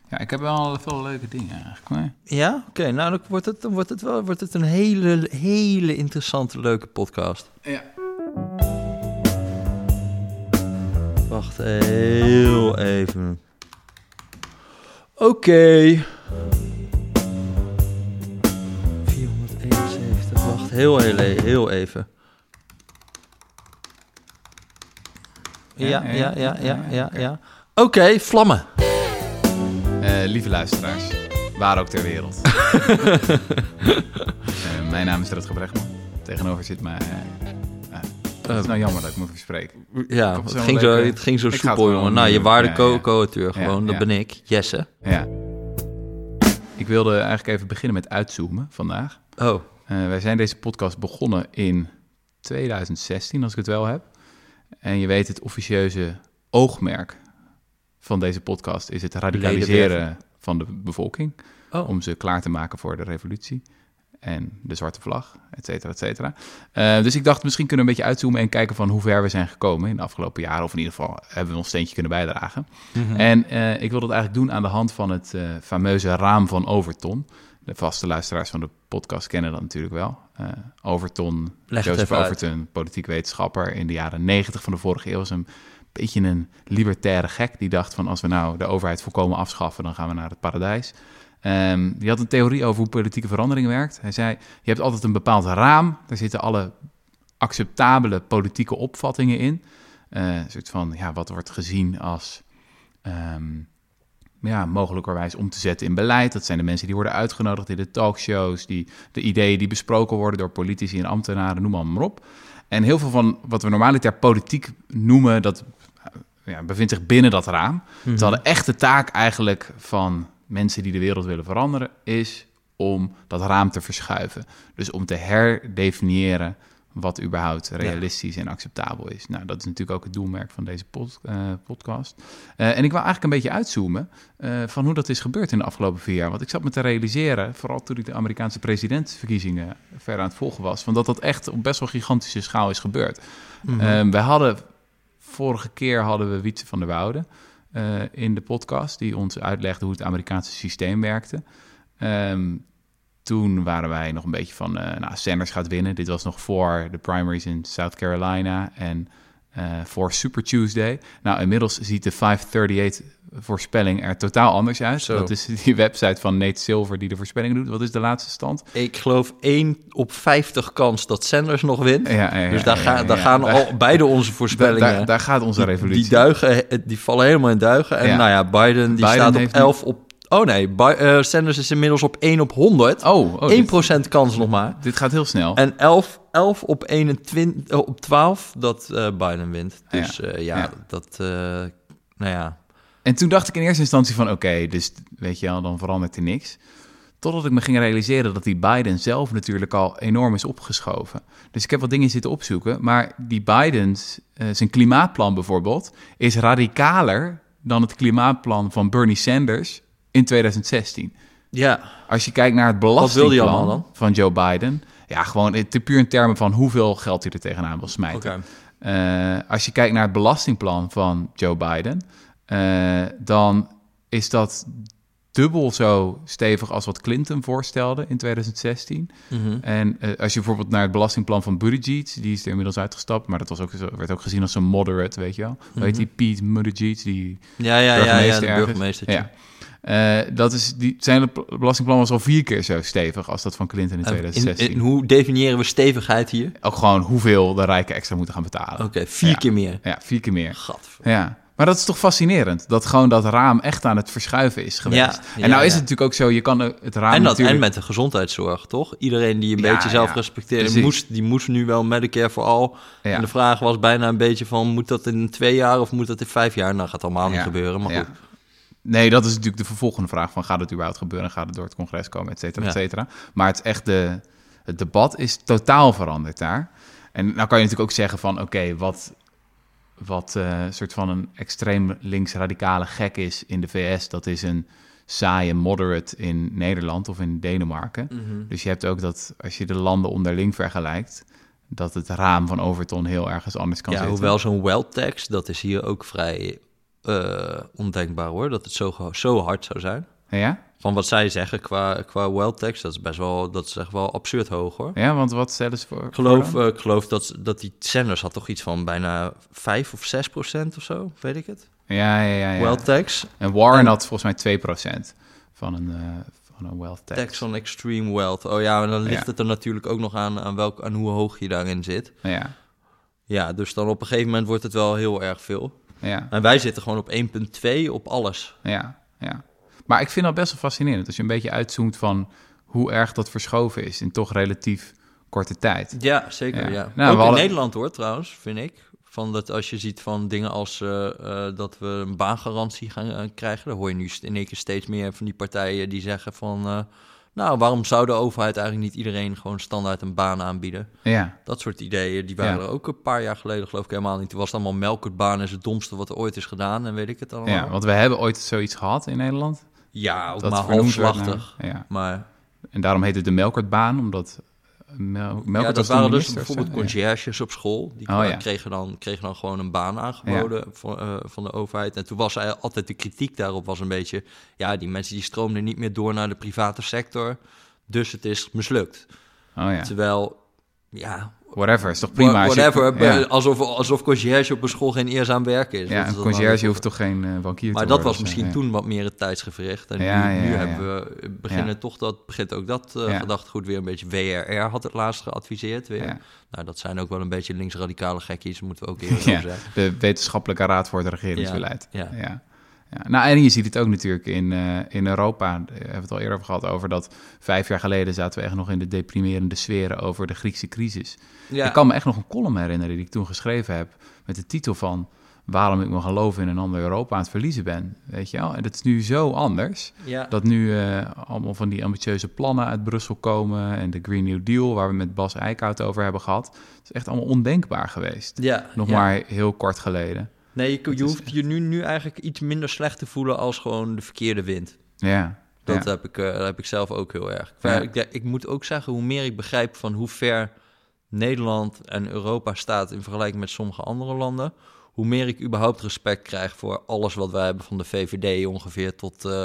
Ja, ik heb wel veel leuke dingen eigenlijk. Maar... Ja? Oké, nou dan wordt het een hele interessante, leuke podcast. Ja. Wacht heel even. Oké. 471, wacht heel even. Ja. Oké, vlammen. Lieve luisteraars, waar ook ter wereld. Mijn naam is Rutger Bregman. Tegenover zit mij... het is nou jammer dat ik moet verspreken. Ja, het ging zo soepel, jongen. Nou, je waarde co-auteur gewoon, dat ben ik, Jesse. Ja. Ik wilde eigenlijk even beginnen met uitzoomen vandaag. Oh. Wij zijn deze podcast begonnen in 2016, als ik het wel heb. En je weet, het officieuze oogmerk van deze podcast is het radicaliseren van de bevolking. Oh. Om ze klaar te maken voor de revolutie en de zwarte vlag, et cetera, et cetera. Dus ik dacht, misschien kunnen we een beetje uitzoomen en kijken van hoe ver we zijn gekomen in de afgelopen jaren. Of in ieder geval hebben we ons steentje kunnen bijdragen. Mm-hmm. En ik wil dat eigenlijk doen aan de hand van het fameuze raam van Overton. De vaste luisteraars van de podcast kennen dat natuurlijk wel. Joseph Overton, politiek wetenschapper in de jaren 90 van de vorige eeuw. Is een beetje een libertaire gek die dacht van als we nou de overheid volkomen afschaffen, dan gaan we naar het paradijs. Die had een theorie over hoe politieke verandering werkt. Hij zei, je hebt altijd een bepaald raam, daar zitten alle acceptabele politieke opvattingen in. Een soort van, ja, wat wordt gezien als mogelijkerwijs om te zetten in beleid. Dat zijn de mensen die worden uitgenodigd in de talkshows, de ideeën die besproken worden door politici en ambtenaren, noem maar op. En heel veel van wat we normaliter politiek noemen, dat bevindt zich binnen dat raam. Mm-hmm. Terwijl de echte taak eigenlijk van mensen die de wereld willen veranderen is om dat raam te verschuiven. Dus om te herdefiniëren wat überhaupt realistisch en acceptabel is. Nou, dat is natuurlijk ook het doelmerk van deze podcast. En ik wil eigenlijk een beetje uitzoomen van hoe dat is gebeurd in de afgelopen 4 jaar. Want ik zat me te realiseren, vooral toen ik de Amerikaanse presidentsverkiezingen ver aan het volgen was, van dat echt op best wel gigantische schaal is gebeurd. Mm-hmm. Vorige keer hadden we Wietse van der Woude in de podcast, die ons uitlegde hoe het Amerikaanse systeem werkte. Toen waren wij nog een beetje van, Sanders gaat winnen. Dit was nog voor de primaries in South Carolina en voor Super Tuesday. Nou, inmiddels ziet de 538-voorspelling er totaal anders uit. Zo. Dat is die website van Nate Silver die de voorspellingen doet. Wat is de laatste stand? Ik geloof 1 op 50 kans dat Sanders nog wint. Dus daar gaan al beide onze voorspellingen. Daar gaat onze revolutie. Die vallen helemaal in duigen. En Biden staat op 11 op... Oh nee, Sanders is inmiddels op 1 op 100. 1% kans nog maar. Dit gaat heel snel. En 11 op 21, op 12 dat Biden wint. Dus En toen dacht ik in eerste instantie van oké, dus weet je wel, dan verandert er niks. Totdat ik me ging realiseren dat die Biden zelf natuurlijk al enorm is opgeschoven. Dus ik heb wat dingen zitten opzoeken. Maar die Bidens, zijn klimaatplan bijvoorbeeld, is radicaler dan het klimaatplan van Bernie Sanders in 2016. Ja. Als je kijkt naar het belastingplan van Joe Biden, ja, gewoon puur in termen van hoeveel geld hij er tegenaan wil smijten. Okay. Als je kijkt naar het belastingplan van Joe Biden, dan is dat dubbel zo stevig als wat Clinton voorstelde in 2016. Mm-hmm. En als je bijvoorbeeld naar het belastingplan van Buttigieg, die is er inmiddels uitgestapt, maar dat werd ook gezien als een moderate, weet je wel. Mm-hmm. Weet je, Pete Buttigieg, die burgemeester. Ja. Zijn belastingplan was al 4 keer zo stevig als dat van Clinton in 2016. En hoe definiëren we stevigheid hier? Ook gewoon hoeveel de rijken extra moeten gaan betalen. Oké, 4 keer meer. Ja, 4 keer meer. Gadver. Ja. Maar dat is toch fascinerend, dat gewoon dat raam echt aan het verschuiven is geweest. En nou is het natuurlijk ook zo, je kan het raam en met de gezondheidszorg, toch? Iedereen die een beetje zelf respecteert, die moest nu wel Medicare voor all. Ja. En de vraag was bijna een beetje van, moet dat in 2 jaar of moet dat in 5 jaar? Nou, gaat allemaal niet gebeuren, maar goed. Nee, dat is natuurlijk de vervolgende vraag van, gaat het überhaupt gebeuren? Gaat het door het congres komen, et cetera, et cetera? Maar het is echt het debat is totaal veranderd daar. En nou kan je natuurlijk ook zeggen van, oké, wat soort van een extreem links-radicale gek is in de VS, dat is een saaie moderate in Nederland of in Denemarken. Mm-hmm. Dus je hebt ook dat, als je de landen onderling vergelijkt, dat het raam van Overton heel ergens anders kan zitten. Hoewel zo'n wealth tax, dat is hier ook vrij ondenkbaar hoor, dat het zo hard zou zijn. Ja? Van wat zij zeggen qua wealth tax, dat is echt wel absurd hoog hoor. Ja, want wat stellen ze voor? Ik geloof dat die Sanders had toch iets van bijna 5 of 6% of zo, weet ik het. Ja. Wealth tax. En Warren had volgens mij 2% van een wealth tax. Tax on extreme wealth. Oh ja, en dan ligt het er natuurlijk ook nog aan hoe hoog je daarin zit. Ja. Ja, dus dan op een gegeven moment wordt het wel heel erg veel. Ja. En wij zitten gewoon op 1,2 op alles. Ja. Maar ik vind dat best wel fascinerend. Als je een beetje uitzoomt van hoe erg dat verschoven is in toch relatief korte tijd. Ja, zeker. Ja. Nou, ook in Nederland hoor, trouwens, vind ik. Van dat als je ziet van dingen als dat we een baangarantie gaan krijgen, dan hoor je nu in één keer steeds meer van die partijen die zeggen van, waarom zou de overheid eigenlijk niet iedereen gewoon standaard een baan aanbieden? Ja. Dat soort ideeën, die waren er ook een paar jaar geleden, geloof ik helemaal niet. Toen was het allemaal melkertbaan is het domste wat er ooit is gedaan en weet ik het allemaal. Ja, want we hebben ooit zoiets gehad in Nederland. Ja, ook dat maar halfslachtig. Maar... En daarom heet het de melkertbaan, omdat... dat waren dus bijvoorbeeld conciërges op school. Die kregen dan gewoon een baan aangeboden van de overheid. En toen was altijd de kritiek daarop was een beetje... ja, die mensen die stroomden niet meer door naar de private sector. Dus het is mislukt. Terwijl, whatever, is toch prima. Whatever, alsof conciërge op een school geen eerzaam werk is. Ja, een conciërge hoeft toch geen bankier te worden. Maar dat was misschien toen wat meer het tijdsgevricht. En nu begint ook dat gedachtegoed weer een beetje. WRR had het laatst geadviseerd weer. Ja. Nou, dat zijn ook wel een beetje linksradicale gekkies, moeten we ook eerlijk over zeggen. De Wetenschappelijke Raad voor het Regeringsbeleid. Ja. Nou, en je ziet het ook natuurlijk in Europa. We hebben het al eerder over gehad over dat 5 jaar geleden zaten we echt nog in de deprimerende sferen over de Griekse crisis. Ja. Ik kan me echt nog een column herinneren die ik toen geschreven heb met de titel van waarom ik me geloven in een ander Europa aan het verliezen ben. Weet je wel? En dat is nu zo anders. Ja. Dat nu allemaal van die ambitieuze plannen uit Brussel komen en de Green New Deal, waar we met Bas Eickhout over hebben gehad. Het is echt allemaal ondenkbaar geweest. Nog maar heel kort geleden. Nee, je hoeft je nu eigenlijk iets minder slecht te voelen als gewoon de verkeerde wind. Ja. Dat heb ik zelf ook heel erg. Ja. Ik moet ook zeggen, hoe meer ik begrijp van hoe ver Nederland en Europa staat in vergelijking met sommige andere landen, hoe meer ik überhaupt respect krijg voor alles wat wij hebben, van de VVD ongeveer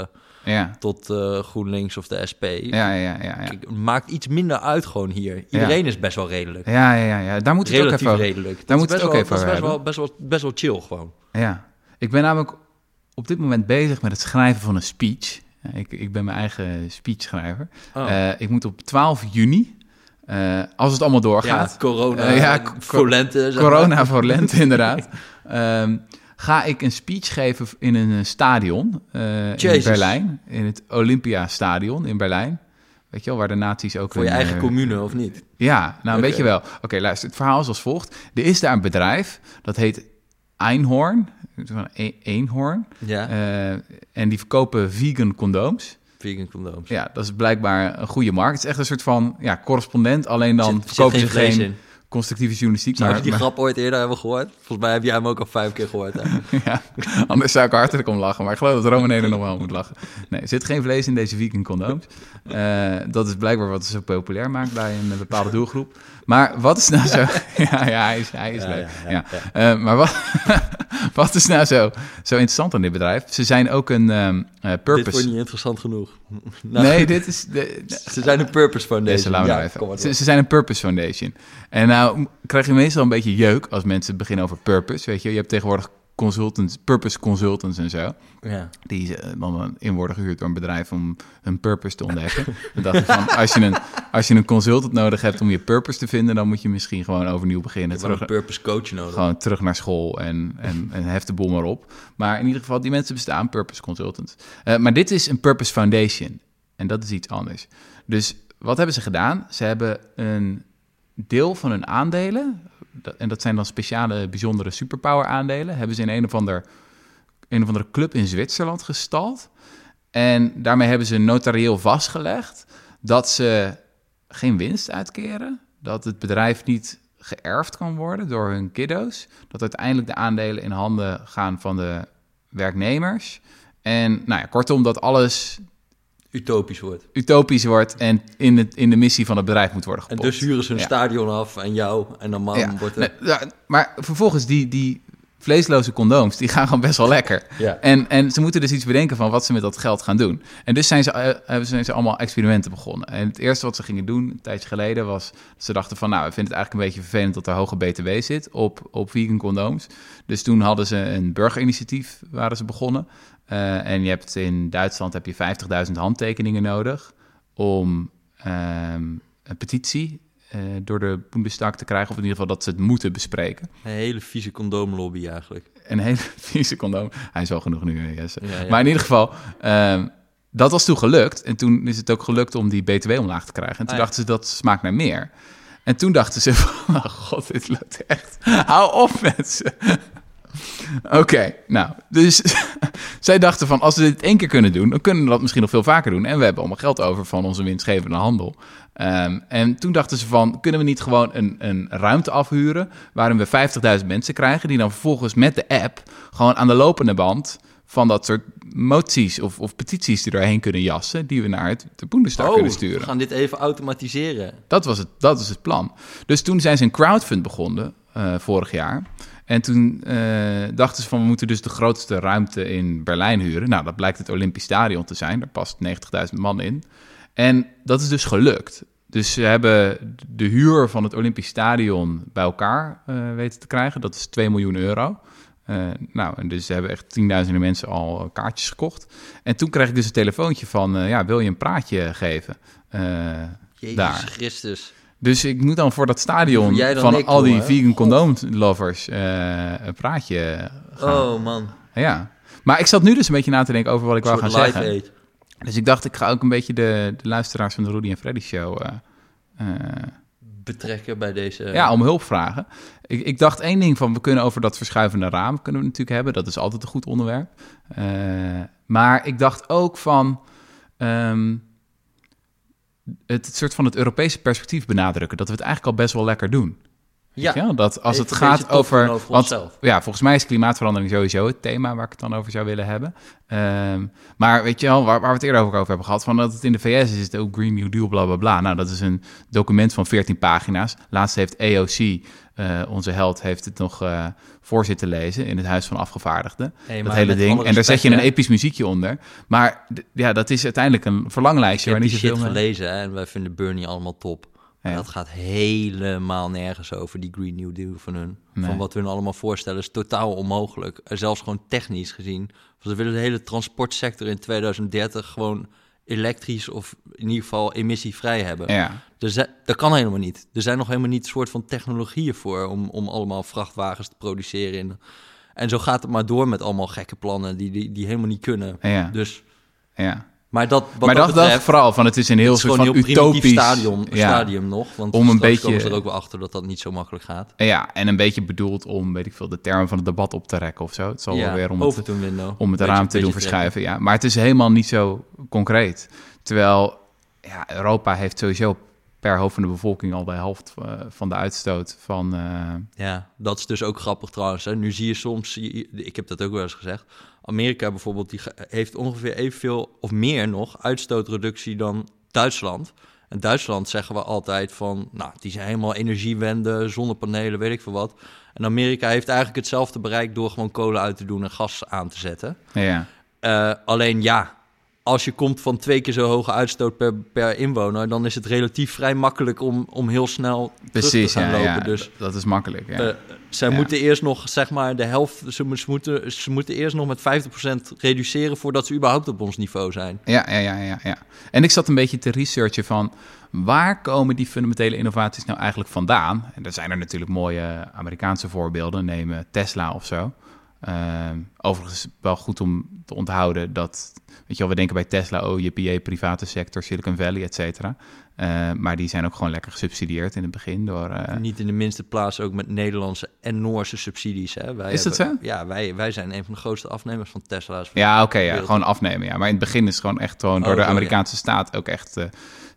tot GroenLinks of de SP. Ja. Kijk, maakt iets minder uit gewoon hier. Iedereen is best wel redelijk. Ja. Daar moet het relatief ook even redelijk. Daar moet het ook even over. Dat is best wel chill gewoon. Ja, ik ben namelijk op dit moment bezig met het schrijven van een speech. Ik ben mijn eigen speechschrijver. Ik moet op 12 juni, als het allemaal doorgaat... voor lente. Corona voor lente, inderdaad. Ga ik een speech geven in een stadion in Berlijn. In het Olympiastadion in Berlijn. Weet je wel, waar de nazi's ook... Voor je eigen commune, of niet? Ja, nou weet je wel. Oké, luister, het verhaal is als volgt. Er is daar een bedrijf, dat heet Einhorn. Eenhoorn. Ja. En die verkopen vegan condooms. Vegan condooms. Ja, dat is blijkbaar een goede markt. Het is echt een soort van correspondent, alleen dan verkopen ze geen constructieve journalistiek. Zou je die grap ooit eerder hebben gehoord? Volgens mij heb jij hem ook al 5 keer gehoord. Ja, anders zou ik hartelijk om lachen. Maar ik geloof dat Romanede nog wel moet lachen. Nee, er zit geen vlees in deze vegan condooms. Dat is blijkbaar wat het zo populair maakt bij een bepaalde doelgroep. Maar wat is nou zo... hij is leuk. Ja. Maar wat is nou zo interessant aan dit bedrijf? Ze zijn ook een purpose... Dit wordt niet interessant genoeg. Nee, dit is... Ze zijn een Purpose Foundation. Ze zijn een Purpose Foundation. En nou krijg je meestal een beetje jeuk als mensen beginnen over purpose. Weet je hebt tegenwoordig purpose consultants en zo. Ja. Die dan in worden gehuurd door een bedrijf om hun purpose te ontdekken. Dan dacht ik van, als je een consultant nodig hebt om je purpose te vinden, dan moet je misschien gewoon overnieuw beginnen. Je hebt een purpose coach nodig. Gewoon terug naar school en hef de boel maar op. Maar in ieder geval, die mensen bestaan, purpose consultants. Maar dit is een Purpose Foundation. En dat is iets anders. Dus wat hebben ze gedaan? Ze hebben een deel van hun aandelen, en dat zijn dan speciale, bijzondere superpower aandelen, hebben ze in een of andere club in Zwitserland gestald. En daarmee hebben ze notarieel vastgelegd dat ze geen winst uitkeren, dat het bedrijf niet geërfd kan worden door hun kiddo's, dat uiteindelijk de aandelen in handen gaan van de werknemers. En kortom, dat alles utopisch wordt en in de missie van het bedrijf moet worden gepopt. En dus huren ze een stadion af en jou en dan wordt het... Maar vervolgens, die vleesloze condooms, die gaan gewoon best wel lekker. Ja. En ze moeten dus iets bedenken van wat ze met dat geld gaan doen. En dus zijn ze allemaal experimenten begonnen. En het eerste wat ze gingen doen, een tijdje geleden, was dat ze dachten van, nou, we vinden het eigenlijk een beetje vervelend dat er hoge BTW zit op vegan condooms. Dus toen hadden ze een burgerinitiatief, waren ze begonnen. En je hebt in Duitsland heb je 50.000 handtekeningen nodig om een petitie door de Bundestag te krijgen, of in ieder geval dat ze het moeten bespreken. Een hele vieze condoomlobby eigenlijk. Een hele vieze condoom. Hij is wel genoeg nu, Jesse. Ja. Maar in ieder geval, dat was toen gelukt. En toen is het ook gelukt om die BTW omlaag te krijgen. En toen dachten ze, dat smaakt naar meer. En toen dachten ze van, oh god, dit lukt echt. Hou op met ze. Oké, nou, dus zij dachten van, als we dit 1 keer kunnen doen, dan kunnen we dat misschien nog veel vaker doen. En we hebben allemaal geld over van onze winstgevende handel. En toen dachten ze van, kunnen we niet gewoon een ruimte afhuren waarin we 50.000 mensen krijgen, die dan vervolgens met de app gewoon aan de lopende band van dat soort moties of petities er doorheen kunnen jassen, die we naar de Bundestag kunnen sturen. We gaan dit even automatiseren. Dat was het plan. Dus toen zijn ze een crowdfund begonnen, vorig jaar. En toen dachten ze van, we moeten dus de grootste ruimte in Berlijn huren. Nou, dat blijkt het Olympisch Stadion te zijn. Daar past 90.000 man in. En dat is dus gelukt. Dus ze hebben de huur van het Olympisch Stadion bij elkaar weten te krijgen. Dat is 2 miljoen euro. Nou, en dus ze hebben echt 10.000 mensen al kaartjes gekocht. En toen kreeg ik dus een telefoontje van, wil je een praatje geven? Jezus daar. Christus. Dus ik moet dan voor dat stadion van al die vegan condoom lovers een praatje gaan. Oh man. Ja, maar ik zat nu dus een beetje na te denken over wat ik wou gaan zeggen. Aid. Dus ik dacht, ik ga ook een beetje de luisteraars van de Rudy en Freddy show betrekken bij deze... Ja, om hulp vragen. Ik dacht 1 ding van, we kunnen over dat verschuivende raam kunnen we natuurlijk hebben. Dat is altijd een goed onderwerp. Maar ik dacht ook van... het soort van het Europese perspectief benadrukken. Dat we het eigenlijk al best wel lekker doen. Ja, dat als het gaat over ja, volgens mij is klimaatverandering sowieso het thema waar ik het dan over zou willen hebben. Maar weet je wel, waar we het eerder over hebben gehad, van dat het in de VS is het ook Green New Deal, bla bla bla. Nou, dat is een document van 14 pagina's. Laatst heeft AOC, onze held, heeft het nog voor zitten lezen in het Huis van Afgevaardigden. Dat hele ding. En daar zet je een episch muziekje onder. Maar ja, dat is uiteindelijk een verlanglijstje waar niet zoveel mee... Ik heb die shit gelezen, hè, en wij vinden Bernie allemaal top. Ja. Dat gaat helemaal nergens over, die Green New Deal van hun. Nee. Van wat we hun allemaal voorstellen is totaal onmogelijk. Zelfs gewoon technisch gezien. Ze willen de hele transportsector in 2030 gewoon elektrisch of in ieder geval emissievrij hebben. Ja. Dus dat kan helemaal niet. Er zijn nog helemaal niet een soort van technologieën voor om allemaal vrachtwagens te produceren. En zo gaat het maar door met allemaal gekke plannen die helemaal niet kunnen. Ja. Dus... Ja. Maar dat betreft, dacht ik vooral van, het is een heel soort van utopisch stadium nog. Want om een beetje komen ze er ook wel achter dat niet zo makkelijk gaat. Ja, en een beetje bedoeld om, weet ik veel, de termen van het debat op te rekken of zo. Het zal wel weer om het raam te doen verschuiven. Ja, maar het is helemaal niet zo concreet. Terwijl Europa heeft sowieso per hoofd van de bevolking al de helft van de uitstoot van... Ja, dat is dus ook grappig trouwens. Hè. Nu zie je soms, ik heb dat ook wel eens gezegd... Amerika bijvoorbeeld, die heeft ongeveer evenveel of meer nog uitstootreductie dan Duitsland. En Duitsland zeggen we altijd van, nou, die zijn helemaal energiewende, zonnepanelen, weet ik veel wat. En Amerika heeft eigenlijk hetzelfde bereikt door gewoon kolen uit te doen en gas aan te zetten. Ja. Alleen ja, als je komt van 2 keer zo hoge uitstoot per inwoner, dan is het relatief vrij makkelijk om heel snel terug te gaan lopen. Ja, dus dat is makkelijk, ja. Zij moeten eerst nog, zeg maar, de helft... Ze moeten eerst nog met 50% reduceren voordat ze überhaupt op ons niveau zijn. Ja. En ik zat een beetje te researchen van... waar komen die fundamentele innovaties nou eigenlijk vandaan? En er zijn er natuurlijk mooie Amerikaanse voorbeelden. Neem Tesla of zo. Overigens wel goed om te onthouden dat... Weet je wel, we denken bij Tesla, JPA, private sector, Silicon Valley, et cetera. Maar die zijn ook gewoon lekker gesubsidieerd in het begin door... Niet in de minste plaats ook met Nederlandse en Noorse subsidies. Hè? Is dat zo? Ja, wij zijn een van de grootste afnemers van Tesla's. Ja, oké, gewoon afnemen. Ja. Maar in het begin is het gewoon echt door de Amerikaanse staat ook echt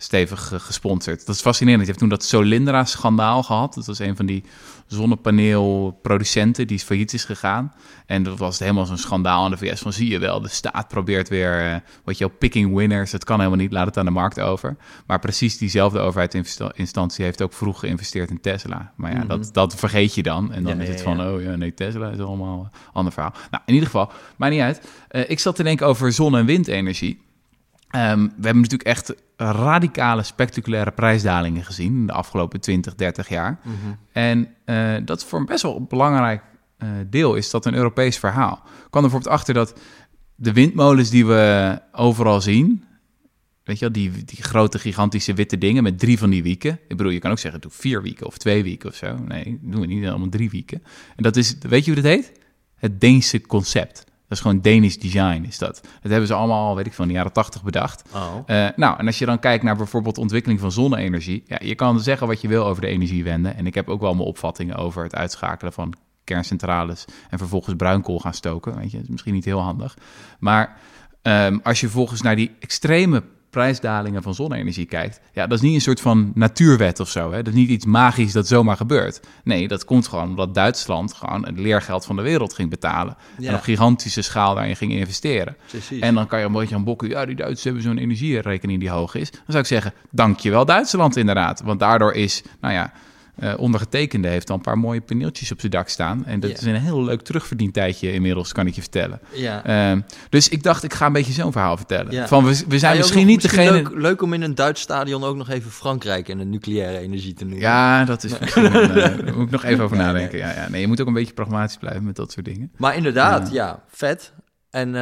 stevig gesponsord. Dat is fascinerend. Je hebt toen dat Solyndra-schandaal gehad. Dat was een van die zonnepaneelproducenten die failliet is gegaan. En dat was helemaal zo'n schandaal in de VS van zie je wel, de staat probeert weer, picking winners. Dat kan helemaal niet, laat het aan de markt over. Maar precies diezelfde overheidsinstantie heeft ook vroeg geïnvesteerd in Tesla. Maar ja, dat vergeet je dan. En dan is het van, Tesla is allemaal een ander verhaal. Nou, in ieder geval, maakt niet uit. Ik zat te denken over zon- en windenergie. We hebben natuurlijk echt radicale, spectaculaire prijsdalingen gezien in de afgelopen 20, 30 jaar. Mm-hmm. En dat voor een best wel belangrijk deel is dat een Europees verhaal. Ik kwam er bijvoorbeeld achter dat de windmolens die we overal zien, weet je wel, die grote, gigantische witte dingen met 3 van die wieken. Ik bedoel, je kan ook zeggen, doe 4 wieken of 2 wieken of zo. Nee, doen we niet, allemaal 3 wieken. En dat is, weet je hoe dat heet? Het Deense concept. Dat is gewoon Danish design, is dat. Dat hebben ze allemaal, weet ik van de jaren 80 bedacht. Oh. En als je dan kijkt naar bijvoorbeeld de ontwikkeling van zonne-energie, ja, je kan zeggen wat je wil over de energiewende. En ik heb ook wel mijn opvattingen over het uitschakelen van kerncentrales en vervolgens bruinkool gaan stoken. Weet je, dat is misschien niet heel handig. Maar als je volgens naar die extreme prijsdalingen van zonne-energie kijkt, ja, dat is niet een soort van natuurwet of zo. Hè? Dat is niet iets magisch dat zomaar gebeurt. Nee, dat komt gewoon omdat Duitsland gewoon het leergeld van de wereld ging betalen. Ja. En op gigantische schaal daarin ging investeren. Precies. En dan kan je een beetje aan bokken, ja, die Duitsers hebben zo'n energierekening die hoog is. Dan zou ik zeggen, dankjewel Duitsland inderdaad. Want daardoor is, ondergetekende heeft al een paar mooie paneeltjes op zijn dak staan. En dat is een heel leuk terugverdientijdje inmiddels, kan ik je vertellen. Ja. Dus ik dacht, ik ga een beetje zo'n verhaal vertellen. Ja. Van, we zijn misschien niet degene... Leuk om in een Duits stadion ook nog even Frankrijk en de nucleaire energie te noemen. Ja, dat is misschien... daar moet ik nog even over nadenken. Nee. Ja. Nee, je moet ook een beetje pragmatisch blijven met dat soort dingen. Maar inderdaad, vet. En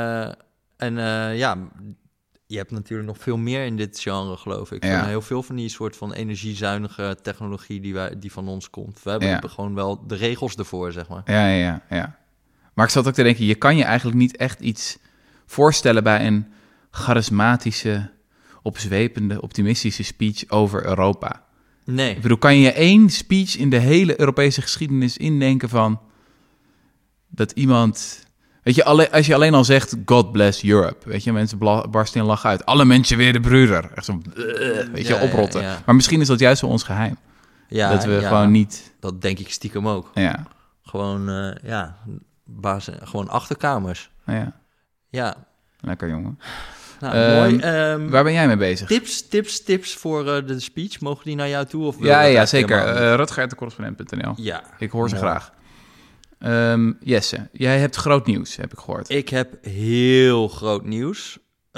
je hebt natuurlijk nog veel meer in dit genre, geloof ik. Ja. Heel veel van die soort van energiezuinige technologie die van ons komt. We hebben gewoon wel de regels ervoor, zeg maar. Ja. Maar ik zat ook te denken, je kan je eigenlijk niet echt iets voorstellen bij een charismatische, opzwepende, optimistische speech over Europa. Nee. Ik bedoel, kan je 1 speech in de hele Europese geschiedenis indenken van dat iemand... Weet je, als je alleen al zegt, God bless Europe, weet je, mensen barsten in lachen uit. Alle mensen weer de broeder. Echt zo, weet je, oprotten. Ja. Maar misschien is dat juist wel ons geheim. Ja, dat we gewoon niet... Dat denk ik stiekem ook. Ja. Gewoon, gewoon achterkamers. Ja. Lekker, jongen. Nou, mooi. Waar ben jij mee bezig? Tips voor de speech. Mogen die naar jou toe? Of ja, zeker. Rutger@decorrespondent.nl. Ja. Ik hoor ze graag. Jesse, jij hebt groot nieuws, heb ik gehoord. Ik heb heel groot nieuws.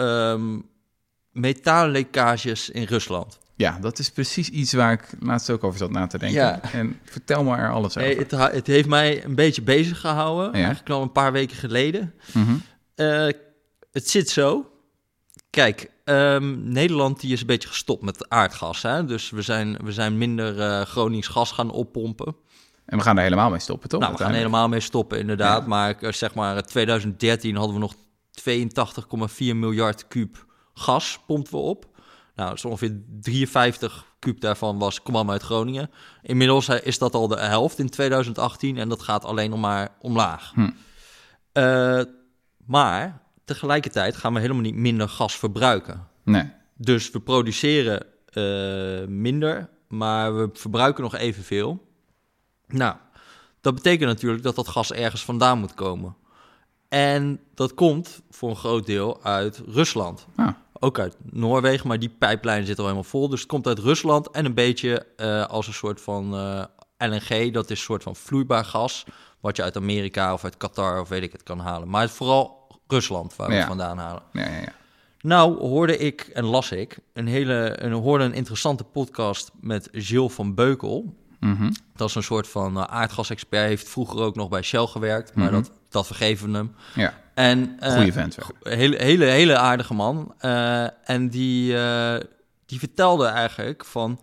Metaallekkages in Rusland. Ja, dat is precies iets waar ik laatst ook over zat na te denken. Ja. En vertel me er alles over. Het heeft mij een beetje bezig gehouden. Ja. Eigenlijk al een paar weken geleden. Mm-hmm. Het zit zo. Kijk, Nederland die is een beetje gestopt met aardgas. Hè? Dus we zijn minder Gronings gas gaan oppompen. En we gaan er helemaal mee stoppen, toch? Nou, we gaan er helemaal mee stoppen, inderdaad. Ja. Maar zeg maar, 2013 hadden we nog 82,4 miljard kuub gas, pompten we op. Nou, dus ongeveer 53 kuub daarvan kwam uit Groningen. Inmiddels is dat al de helft in 2018 en dat gaat alleen nog maar omlaag. Maar tegelijkertijd gaan we helemaal niet minder gas verbruiken. Nee. Dus we produceren minder, maar we verbruiken nog evenveel. Nou, dat betekent natuurlijk dat dat gas ergens vandaan moet komen. En dat komt voor een groot deel uit Rusland. Ah. Ook uit Noorwegen, maar die pijplijn zit al helemaal vol. Dus het komt uit Rusland en een beetje als een soort van LNG. Dat is een soort van vloeibaar gas, wat je uit Amerika of uit Qatar of weet ik het kan halen. Maar het is vooral Rusland waar we het vandaan halen. Ja. Nou hoorde ik en las ik een interessante podcast met Gilles van Beukel. Mm-hmm. Dat is een soort van aardgasexpert. Heeft vroeger ook nog bij Shell gewerkt, maar dat vergeven we hem. Ja. En goeie vent. Hele aardige man. En die vertelde eigenlijk van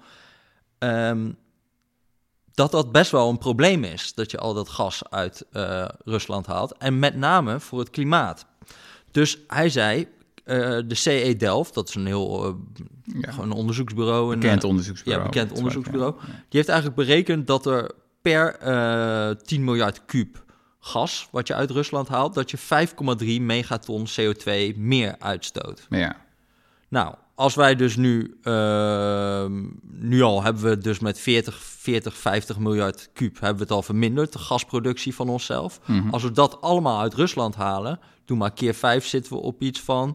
dat best wel een probleem is dat je al dat gas uit Rusland haalt. En met name voor het klimaat. Dus hij zei, de CE Delft, dat is een heel gewoon een onderzoeksbureau. Bekend onderzoeksbureau. Ja, bekend onderzoeksbureau. Die heeft eigenlijk berekend dat er per 10 miljard kuub gas, wat je uit Rusland haalt, dat je 5,3 megaton CO2 meer uitstoot. Ja. Nou, als wij dus nu al hebben we dus met 50 miljard kuub hebben we het al verminderd, de gasproductie van onszelf. Mm-hmm. Als we dat allemaal uit Rusland halen, doe maar keer 5, zitten we op iets van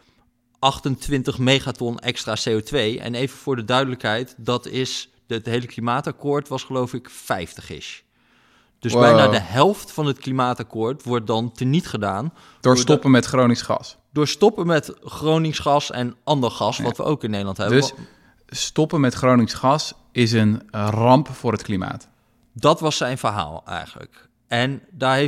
28 megaton extra CO2. En even voor de duidelijkheid, dat is, het hele klimaatakkoord was geloof ik 50-ish. Dus bijna de helft van het klimaatakkoord wordt dan teniet gedaan. Door stoppen met Gronings gas. Door stoppen met Gronings gas en ander gas, wat we ook in Nederland hebben. Dus stoppen met Gronings gas is een ramp voor het klimaat. Dat was zijn verhaal eigenlijk. En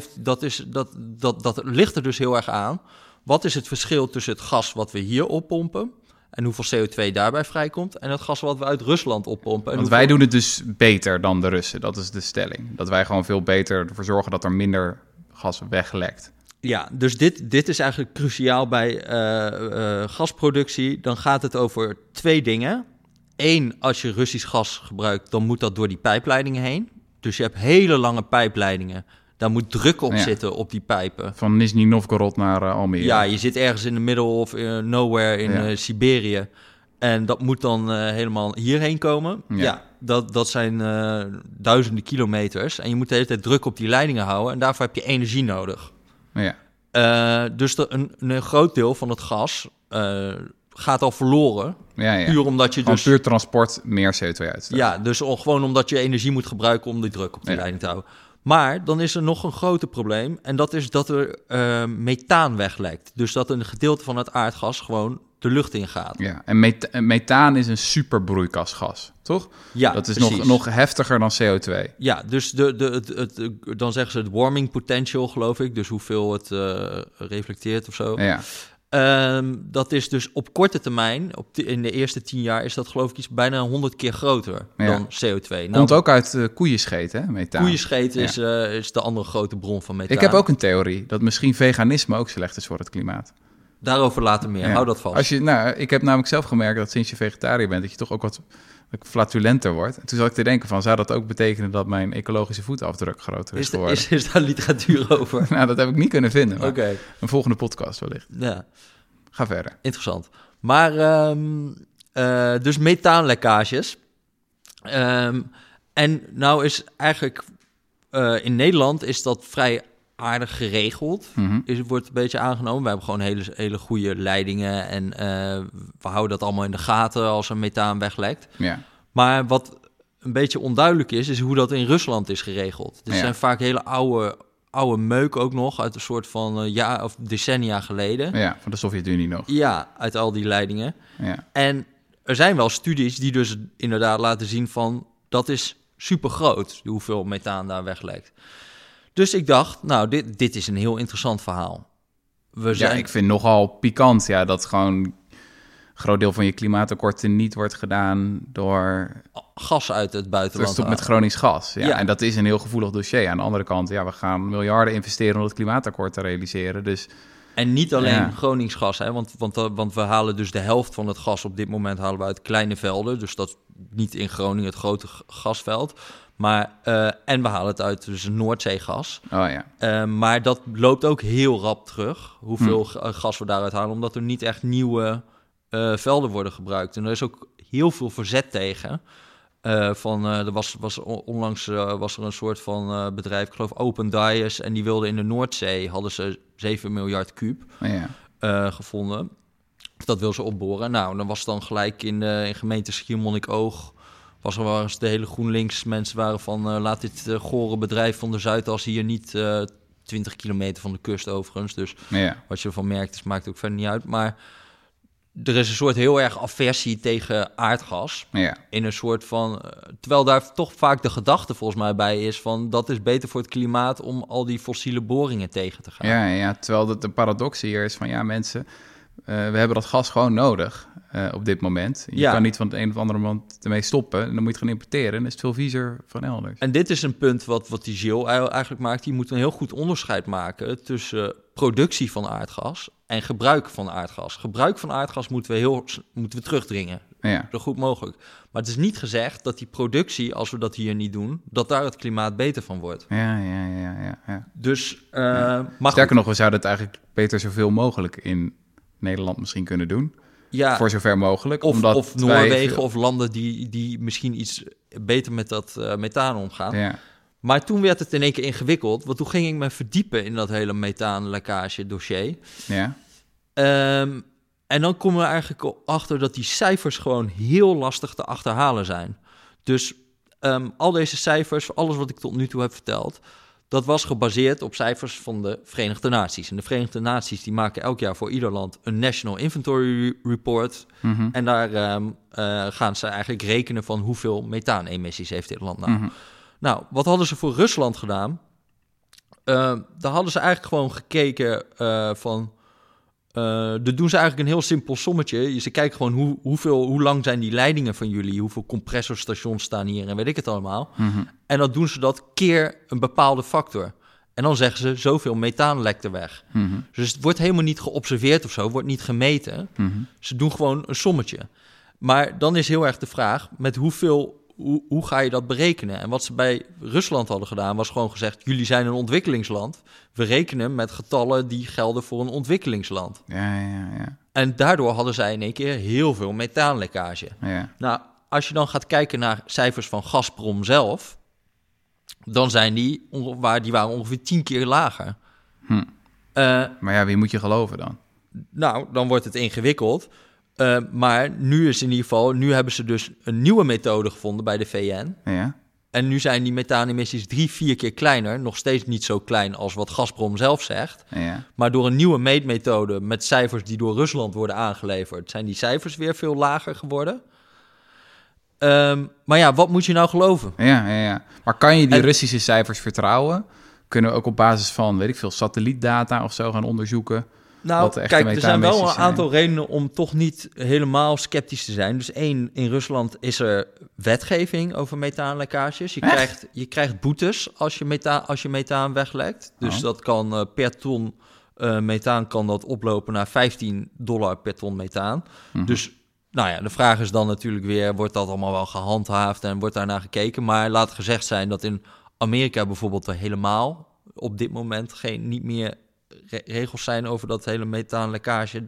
dat ligt er dus heel erg aan. Wat is het verschil tussen het gas wat we hier oppompen en hoeveel CO2 daarbij vrijkomt en het gas wat we uit Rusland oppompen? Want wij doen het dus beter dan de Russen, dat is de stelling. Dat wij gewoon veel beter ervoor zorgen dat er minder gas weglekt. Ja, dus dit is eigenlijk cruciaal bij gasproductie. Dan gaat het over 2 dingen. 1, als je Russisch gas gebruikt, dan moet dat door die pijpleidingen heen. Dus je hebt hele lange pijpleidingen. Daar moet druk op zitten op die pijpen. Van Nizhny Novgorod naar Almere. Ja, je zit ergens in de middle of nowhere in Siberië. En dat moet dan helemaal hierheen komen. Ja, dat zijn duizenden kilometers. En je moet de hele tijd druk op die leidingen houden. En daarvoor heb je energie nodig. Ja. Dus een groot deel van het gas gaat al verloren. Ja. Puur omdat je dus... puur transport meer CO2 uitstoot. Ja, dus gewoon omdat je energie moet gebruiken om die druk op die leiding te houden. Maar dan is er nog een groter probleem. En dat is dat er methaan weglekt. Dus dat een gedeelte van het aardgas gewoon de lucht ingaat. Ja, en methaan is een superbroeikasgas, toch? Ja, dat is nog heftiger dan CO2. Ja, dus dan zeggen ze het warming potential, geloof ik. Dus hoeveel het reflecteert of zo. Ja. Dat is dus op korte termijn, in de eerste 10 jaar... is dat geloof ik iets bijna 100 keer groter dan CO2. Komt ook uit koeienscheet, hè, methaan. Koeienscheet is de andere grote bron van methaan. Ik heb ook een theorie, dat misschien veganisme ook slecht is voor het klimaat. Daarover later meer, hou dat vast. Ik heb namelijk zelf gemerkt dat sinds je vegetariër bent... dat je toch ook wat flatulenter wordt. En toen zat ik te denken van, zou dat ook betekenen... dat mijn ecologische voetafdruk groter is geworden? Is daar literatuur over? Nou, dat heb ik niet kunnen vinden. Oké. Een volgende podcast wellicht. Ja. Ga verder. Interessant. Maar dus methaanlekkages. En nou is eigenlijk... in Nederland is dat vrij aardig geregeld. Mm-hmm. Wordt een beetje aangenomen. We hebben gewoon hele goede leidingen en we houden dat allemaal in de gaten als er methaan weglekt. Ja. Maar wat een beetje onduidelijk is hoe dat in Rusland is geregeld. Er zijn vaak hele oude meuk ook nog uit een soort van jaar of decennia geleden. Ja, van de Sovjet-Unie nog. Ja, uit al die leidingen. Ja. En er zijn wel studies die dus inderdaad laten zien van dat is super groot, hoeveel methaan daar weglekt. Dus ik dacht, nou, dit is een heel interessant verhaal. Ja, ik vind nogal pikant dat gewoon een groot deel van je klimaatakkoord niet wordt gedaan door... gas uit het buitenland. Dus met Gronings gas. Ja. En dat is een heel gevoelig dossier. Aan de andere kant, we gaan miljarden investeren om het klimaatakkoord te realiseren. Dus... En niet alleen Gronings gas, hè? Want we halen dus de helft van het gas op dit moment halen we uit kleine velden. Dus dat niet in Groningen het grote gasveld. Maar, en we halen het uit dus Noordzeegas. Oh ja. Maar dat loopt ook heel rap terug, hoeveel gas we daaruit halen. Omdat er niet echt nieuwe velden worden gebruikt. En er is ook heel veel verzet tegen. Onlangs was er een soort van bedrijf, ik geloof Open Dyes, en die wilden in de Noordzee, hadden ze 7 miljard kuub gevonden. Dat wil ze opboren. Nou, dan was dan gelijk in gemeente Schiermonnikoog, was de hele GroenLinks mensen waren van, laat dit gore bedrijf van de Zuidas hier niet 20 kilometer van de kust overigens. Dus wat je ervan merkt, maakt ook verder niet uit. Maar er is een soort heel erg aversie tegen aardgas. Ja. In een soort van... terwijl daar toch vaak de gedachte volgens mij bij is van... dat is beter voor het klimaat om al die fossiele boringen tegen te gaan. Ja, terwijl de paradox hier is van mensen... we hebben dat gas gewoon nodig op dit moment. Je kan niet van het een of andere moment ermee stoppen. En dan moet je het gaan importeren. En dan is het veel viezer van elders. En dit is een punt wat die Gilles eigenlijk maakt. Die moet een heel goed onderscheid maken tussen productie van aardgas en gebruik van aardgas. Gebruik van aardgas moeten we terugdringen. Ja. Zo goed mogelijk. Maar het is niet gezegd dat die productie, als we dat hier niet doen, dat daar het klimaat beter van wordt. Ja. Dus, Sterker nog, we zouden het eigenlijk beter zoveel mogelijk in Nederland misschien kunnen doen. voor zover mogelijk. Of Noorwegen of landen die misschien iets beter met dat methaan omgaan. Ja. Maar toen werd het in één keer ingewikkeld, want toen ging ik me verdiepen in dat hele methaanlekkage dossier. Ja. En dan komen we eigenlijk achter dat die cijfers gewoon heel lastig te achterhalen zijn. Dus al deze cijfers, alles wat ik tot nu toe heb verteld, dat was gebaseerd op cijfers van de Verenigde Naties. En de Verenigde Naties die maken elk jaar voor ieder land een National Inventory Report. Mm-hmm. En daar gaan ze eigenlijk rekenen van hoeveel methaanemissies heeft dit land nou. Mm-hmm. Nou, wat hadden ze voor Rusland gedaan? Daar hadden ze eigenlijk gewoon gekeken van... Dan doen ze eigenlijk een heel simpel sommetje. Ze kijken gewoon hoe lang zijn die leidingen van jullie? Hoeveel compressorstations staan hier en weet ik het allemaal. Mm-hmm. En dan doen ze dat keer een bepaalde factor. En dan zeggen ze, zoveel methaan lekt er weg. Mm-hmm. Dus het wordt helemaal niet geobserveerd of zo, wordt niet gemeten. Mm-hmm. Ze doen gewoon een sommetje. Maar dan is heel erg de vraag, met hoe ga je dat berekenen? En wat ze bij Rusland hadden gedaan, was gewoon gezegd, jullie zijn een ontwikkelingsland. We rekenen met getallen die gelden voor een ontwikkelingsland. Ja. En daardoor hadden zij in één keer heel veel methaanlekkage. Ja. Nou, als je dan gaat kijken naar cijfers van Gazprom zelf, dan zijn die waren ongeveer 10 keer lager. Maar ja, wie moet je geloven dan? Nou, dan wordt het ingewikkeld. Maar nu hebben ze dus een nieuwe methode gevonden bij de VN. Ja. En nu zijn die methaanemissies 3-4 keer kleiner. Nog steeds niet zo klein als wat Gazprom zelf zegt. Ja. Maar door een nieuwe meetmethode met cijfers die door Rusland worden aangeleverd, zijn die cijfers weer veel lager geworden. Maar ja, wat moet je nou geloven? Ja. Maar kan je die Russische cijfers vertrouwen? Kunnen we ook op basis van, weet ik veel, satellietdata of zo gaan onderzoeken? Nou, kijk, er zijn wel een aantal redenen om toch niet helemaal sceptisch te zijn. Dus 1, in Rusland is er wetgeving over methaanlekkages. Je krijgt boetes als je methaan weglekt. Dus dat kan per ton methaan kan dat oplopen naar $15 per ton methaan. Mm-hmm. Dus nou ja, de vraag is dan natuurlijk weer, wordt dat allemaal wel gehandhaafd en wordt daarnaar gekeken? Maar laat gezegd zijn dat in Amerika bijvoorbeeld er helemaal op dit moment niet meer regels zijn over dat hele methaanlekkage.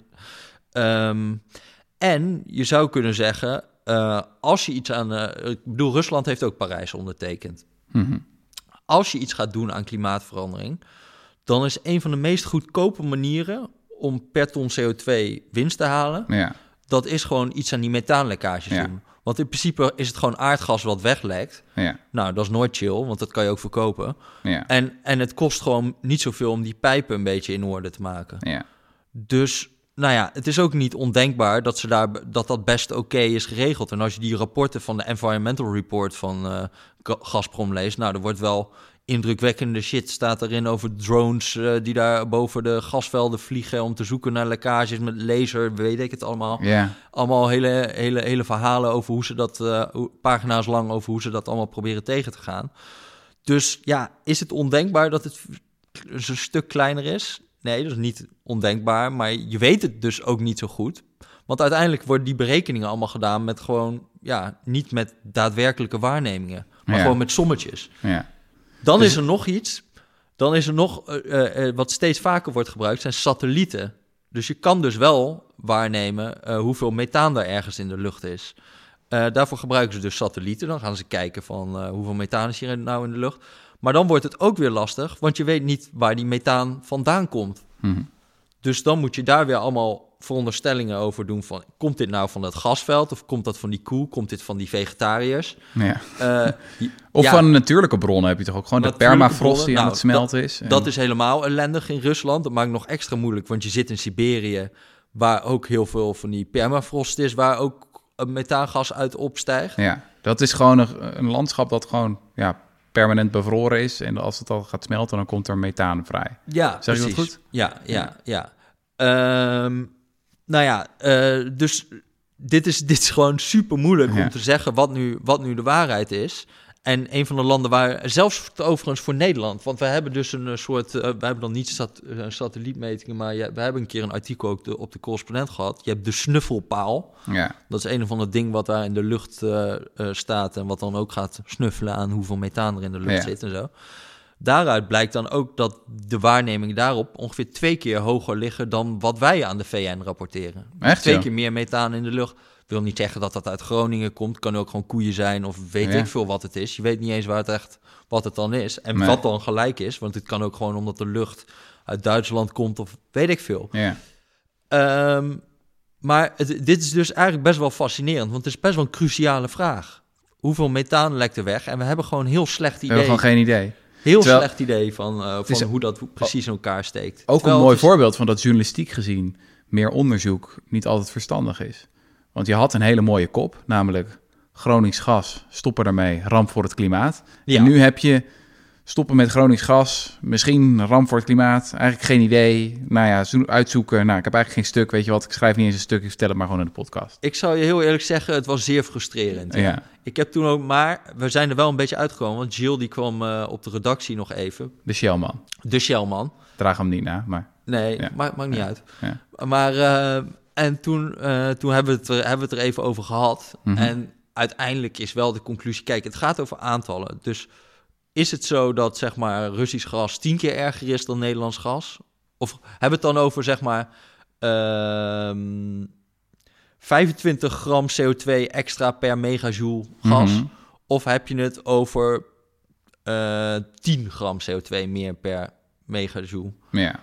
En je zou kunnen zeggen, als je iets aan... ik bedoel, Rusland heeft ook Parijs ondertekend. Mm-hmm. Als je iets gaat doen aan klimaatverandering, dan is een van de meest goedkope manieren om per ton CO2 winst te halen, dat is gewoon iets aan die methaanlekkages doen. Want in principe is het gewoon aardgas wat weglekt. Ja. Nou, dat is nooit chill, want dat kan je ook verkopen. Ja. En het kost gewoon niet zoveel om die pijpen een beetje in orde te maken. Ja. Dus, nou ja, het is ook niet ondenkbaar dat best oké is geregeld. En als je die rapporten van de Environmental Report van Gazprom leest, nou, er wordt wel indrukwekkende shit staat erin over drones die daar boven de gasvelden vliegen om te zoeken naar lekkages met laser, weet ik het allemaal. Yeah. Allemaal hele verhalen over hoe ze dat, pagina's lang over hoe ze dat allemaal proberen tegen te gaan. Dus ja, is het ondenkbaar dat het een stuk kleiner is? Nee, dat is niet ondenkbaar, maar je weet het dus ook niet zo goed. Want uiteindelijk worden die berekeningen allemaal gedaan met gewoon, ja, niet met daadwerkelijke waarnemingen, maar gewoon met sommetjes. Ja. Dan is er nog iets. Dan is er nog, wat steeds vaker wordt gebruikt, zijn satellieten. Dus je kan dus wel waarnemen hoeveel methaan er ergens in de lucht is. Daarvoor gebruiken ze dus satellieten. Dan gaan ze kijken van hoeveel methaan is hier nou in de lucht. Maar dan wordt het ook weer lastig, want je weet niet waar die methaan vandaan komt. Mm-hmm. Dus dan moet je daar weer allemaal veronderstellingen over doen van, komt dit nou van het gasveld of komt dat van die koe? Komt dit van die vegetariërs? Ja. Of van natuurlijke bronnen heb je toch ook gewoon de permafrost die aan het smelten is? Dat is helemaal ellendig in Rusland. Dat maakt het nog extra moeilijk, want je zit in Siberië, waar ook heel veel van die permafrost is, waar ook methaangas uit opstijgt. Ja, dat is gewoon een landschap dat gewoon permanent bevroren is. En als het al gaat smelten, dan komt er methaan vrij. Ja, zeg precies. Je dat goed? Ja. Dus dit is gewoon super moeilijk om te zeggen wat nu de waarheid is. En een van de landen waar, zelfs overigens voor Nederland, want we hebben dus een soort, we hebben dan niet satellietmetingen, maar we hebben een keer een artikel ook op de Correspondent gehad. Je hebt de snuffelpaal. Ja. Dat is een of ander ding wat daar in de lucht staat en wat dan ook gaat snuffelen aan hoeveel methaan er in de lucht zit en zo. daaruit blijkt dan ook dat de waarnemingen daarop ongeveer 2 keer hoger liggen dan wat wij aan de VN rapporteren. Echt, 2 ja? keer meer methaan in de lucht. Wil niet zeggen dat dat uit Groningen komt. Kan ook gewoon koeien zijn of weet ik veel wat het is. Je weet niet eens wat het dan is. En wat dan gelijk is. Want het kan ook gewoon omdat de lucht uit Duitsland komt of weet ik veel. Ja. Maar dit is dus eigenlijk best wel fascinerend. Want het is best wel een cruciale vraag. Hoeveel methaan lekt er weg? En we hebben gewoon een heel slecht idee. We hebben gewoon geen idee. Slecht idee van hoe dat precies in elkaar steekt. Ook een mooi voorbeeld van dat journalistiek gezien meer onderzoek niet altijd verstandig is. Want je had een hele mooie kop, namelijk Gronings gas, stoppen daarmee, ramp voor het klimaat. Ja. En nu heb je stoppen met Gronings gas, misschien ramp voor het klimaat, eigenlijk geen idee. Nou ja, uitzoeken. Nou, ik heb eigenlijk geen stuk, weet je wat, ik schrijf niet eens een stuk, ik vertel het maar gewoon in de podcast. Ik zal je heel eerlijk zeggen, het was zeer frustrerend. Ja. Ik heb toen ook, maar we zijn er wel een beetje uitgekomen, want Gilles die kwam op de redactie nog even. De Shellman. Draag hem niet na, maar... Nee, maakt niet uit. Ja. Maar... En toen hebben we het er even over gehad. Mm-hmm. En uiteindelijk is wel de conclusie... Kijk, het gaat over aantallen. Dus is het zo dat, zeg maar, Russisch gas 10 keer erger is dan Nederlands gas? Of hebben we het dan over, zeg maar... 25 gram CO2 extra per megajoule gas? Mm-hmm. Of heb je het over 10 gram CO2 meer per megajoule? Ja.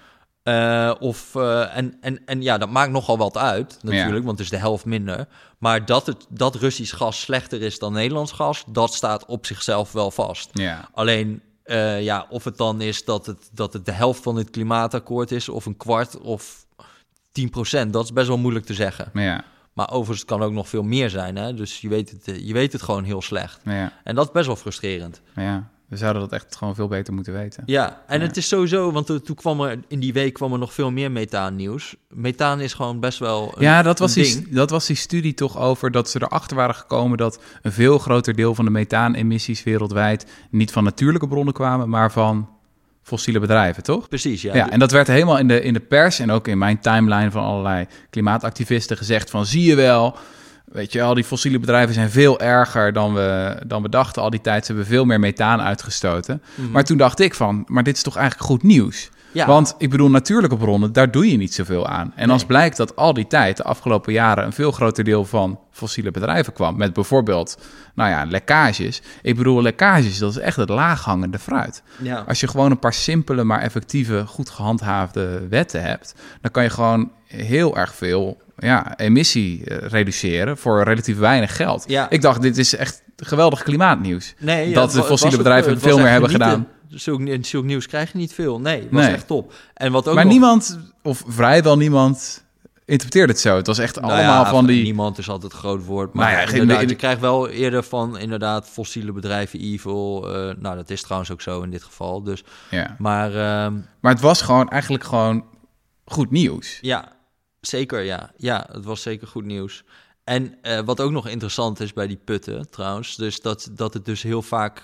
En ja, dat maakt nogal wat uit, natuurlijk, want het is de helft minder. Maar dat Russisch gas slechter is dan Nederlands gas, dat staat op zichzelf wel vast. Ja. Alleen, of het dan is dat het de helft van het klimaatakkoord is, of een kwart, of 10%, dat is best wel moeilijk te zeggen. Ja. Maar overigens, het kan ook nog veel meer zijn, hè? Dus je weet het gewoon heel slecht. Ja. En dat is best wel frustrerend. Ja. We zouden dat echt gewoon veel beter moeten weten. Ja, en het is sowieso... Want toen kwam er in die week nog veel meer methaannieuws. Methaan is gewoon best wel dat was die studie toch over dat ze erachter waren gekomen... dat een veel groter deel van de methaanemissies wereldwijd... niet van natuurlijke bronnen kwamen, maar van fossiele bedrijven, toch? Precies, ja. Ja, en dat werd helemaal in de pers en ook in mijn timeline van allerlei klimaatactivisten gezegd van... zie je wel... Weet je, al die fossiele bedrijven zijn veel erger dan we dachten al die tijd. Ze hebben veel meer methaan uitgestoten. Mm-hmm. Maar toen dacht ik van, maar dit is toch eigenlijk goed nieuws? Ja. Want ik bedoel, natuurlijke bronnen, daar doe je niet zoveel aan. En als blijkt dat al die tijd, de afgelopen jaren... een veel groter deel van fossiele bedrijven kwam... met bijvoorbeeld, lekkages. Ik bedoel, lekkages, dat is echt het laaghangende fruit. Ja. Als je gewoon een paar simpele, maar effectieve, goed gehandhaafde wetten hebt... dan kan je gewoon heel erg veel... emissie reduceren voor relatief weinig geld. Ja. Ik dacht, dit is echt geweldig klimaatnieuws. Dat de fossiele bedrijven veel meer hebben gedaan. Zulk nieuws krijg je niet veel. Nee, het was echt top. En wat ook maar niemand, of vrijwel niemand, interpreteerde het zo. Het was echt allemaal van die... Niemand is altijd een groot woord. Maar je krijgt wel eerder van inderdaad fossiele bedrijven evil. Dat is trouwens ook zo in dit geval. Dus, ja. Maar het was eigenlijk gewoon goed nieuws. Ja, zeker, ja. Ja, het was zeker goed nieuws. En wat ook nog interessant is bij die putten, trouwens... dus dat het dus heel vaak...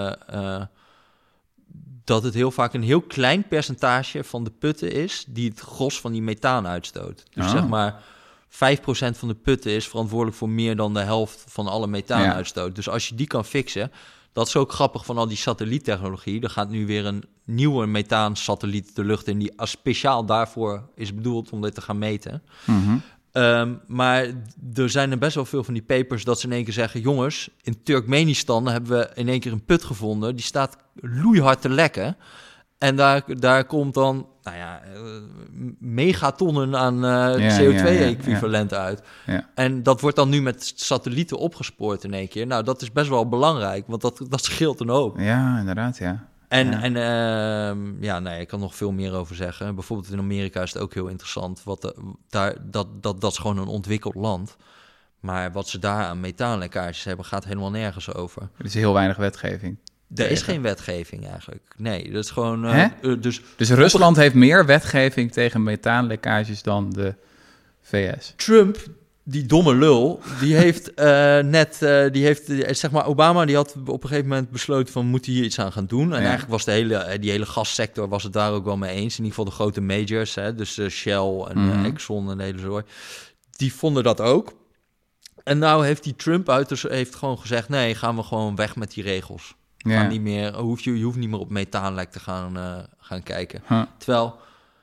dat het heel vaak een heel klein percentage van de putten is... die het gros van die methaan uitstoot. Dus zeg maar 5% van de putten is verantwoordelijk voor meer dan de helft van alle methaanuitstoot. Dus als je die kan fixen... Dat is ook grappig van al die satelliettechnologie. Er gaat nu weer een nieuwe methaansatelliet de lucht in... die speciaal daarvoor is bedoeld om dit te gaan meten. Mm-hmm. Maar er zijn er best wel veel van die papers dat ze in één keer zeggen... jongens, in Turkmenistan hebben we in één keer een put gevonden... die staat loeihard te lekken. En daar komt dan megatonnen aan CO2-equivalent uit. Ja. En dat wordt dan nu met satellieten opgespoord in één keer. Nou, dat is best wel belangrijk, want dat scheelt een hoop. Ja, inderdaad, ja. Ik kan nog veel meer over zeggen. Bijvoorbeeld in Amerika is het ook heel interessant. Dat is gewoon een ontwikkeld land. Maar wat ze daar aan methaanlekkages hebben, gaat helemaal nergens over. Er is heel weinig wetgeving. Er is geen wetgeving eigenlijk. Nee, dat is gewoon... Dus Rusland heeft meer wetgeving tegen methaanlekkages dan de VS? Trump, die domme lul, die heeft Obama, die had op een gegeven moment besloten van, moet hij hier iets aan gaan doen? En eigenlijk was die hele gassector was het daar ook wel mee eens. In ieder geval de grote majors, dus Shell en Exxon en de hele zooi. Die vonden dat ook. En nou heeft die Trump heeft gewoon gezegd, nee, gaan we gewoon weg met die regels. Gaan niet meer, je hoeft niet meer op methaanlek te gaan kijken. Terwijl,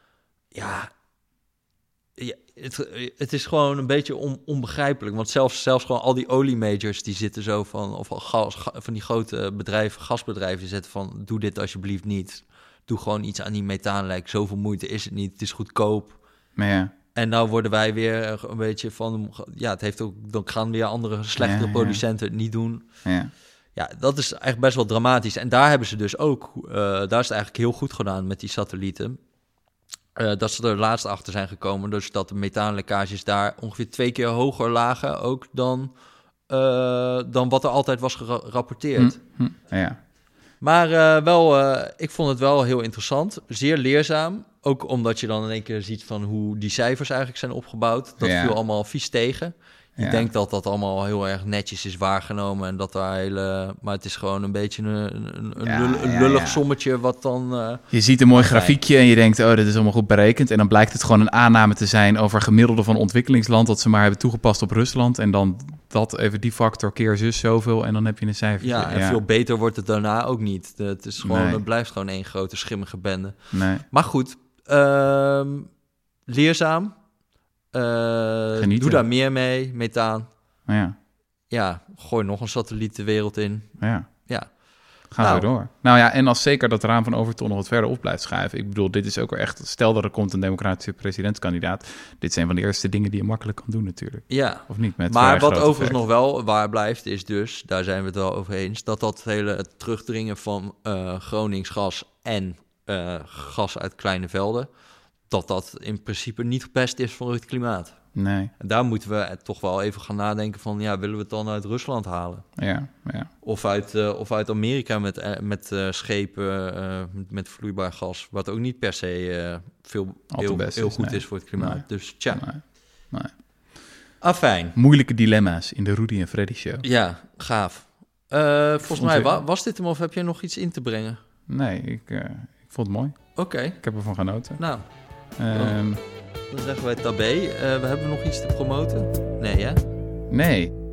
het is gewoon een beetje onbegrijpelijk. Want zelfs gewoon al die oliemajors die zitten zo van... of van die grote bedrijven, gasbedrijven, die zitten van... doe dit alsjeblieft niet. Doe gewoon iets aan die methaanlek. Zoveel moeite is het niet. Het is goedkoop. Maar ja. En nou worden wij weer een beetje van... Ja, het heeft ook... Dan gaan weer andere, slechtere producenten het niet doen. Ja. Ja, dat is eigenlijk best wel dramatisch. En daar hebben ze dus ook... daar is het eigenlijk heel goed gedaan met die satellieten. Dat ze er laatst achter zijn gekomen. Dus dat de methaanlekkages daar ongeveer 2 keer hoger lagen... ook dan wat er altijd was gerapporteerd. Ja. Maar ik vond het wel heel interessant. Zeer leerzaam. Ook omdat je dan in één keer ziet van hoe die cijfers eigenlijk zijn opgebouwd. Dat viel allemaal vies tegen. Je denkt dat allemaal heel erg netjes is waargenomen en dat daar maar het is gewoon een beetje een lullig sommetje wat dan... je ziet een mooi grafiekje en je denkt, dit is allemaal goed berekend. En dan blijkt het gewoon een aanname te zijn over gemiddelde van ontwikkelingsland, dat ze maar hebben toegepast op Rusland. En dan dat even die factor keer zus zoveel en dan heb je een cijfer. Ja, en veel beter wordt het daarna ook niet. Het is gewoon, het blijft gewoon één grote schimmige bende. Nee. Maar goed, leerzaam. Doe daar meer mee, methaan. Ja, gooi nog een satelliet de wereld in. Ja. Gaan we door. Nou ja, en als zeker dat raam van Overton nog wat verder op blijft schuiven. Ik bedoel, dit is ook weer echt... Stel dat er komt een democratische presidentskandidaat. Dit zijn van de eerste dingen die je makkelijk kan doen natuurlijk. Ja. Of niet? Maar wat overigens nog wel waar blijft is dus... Daar zijn we het wel over eens... Dat hele terugdringen van Gronings gas en gas uit kleine velden... dat in principe niet best is voor het klimaat. Nee. En daar moeten we toch wel even gaan nadenken van... willen we het dan uit Rusland halen? Ja. Of uit Amerika met schepen met vloeibaar gas... wat ook niet per se heel goed is voor het klimaat. Nee. Dus tja. Nee. Afijn. Moeilijke dilemma's in de Rudy en Freddy Show. Ja, gaaf. Volgens mij was dit hem of heb jij nog iets in te brengen? Nee, ik vond het mooi. Oké. Ik heb ervan genoten. Nou, dan zeggen wij tabé. We hebben nog iets te promoten? Nee, hè? Nee.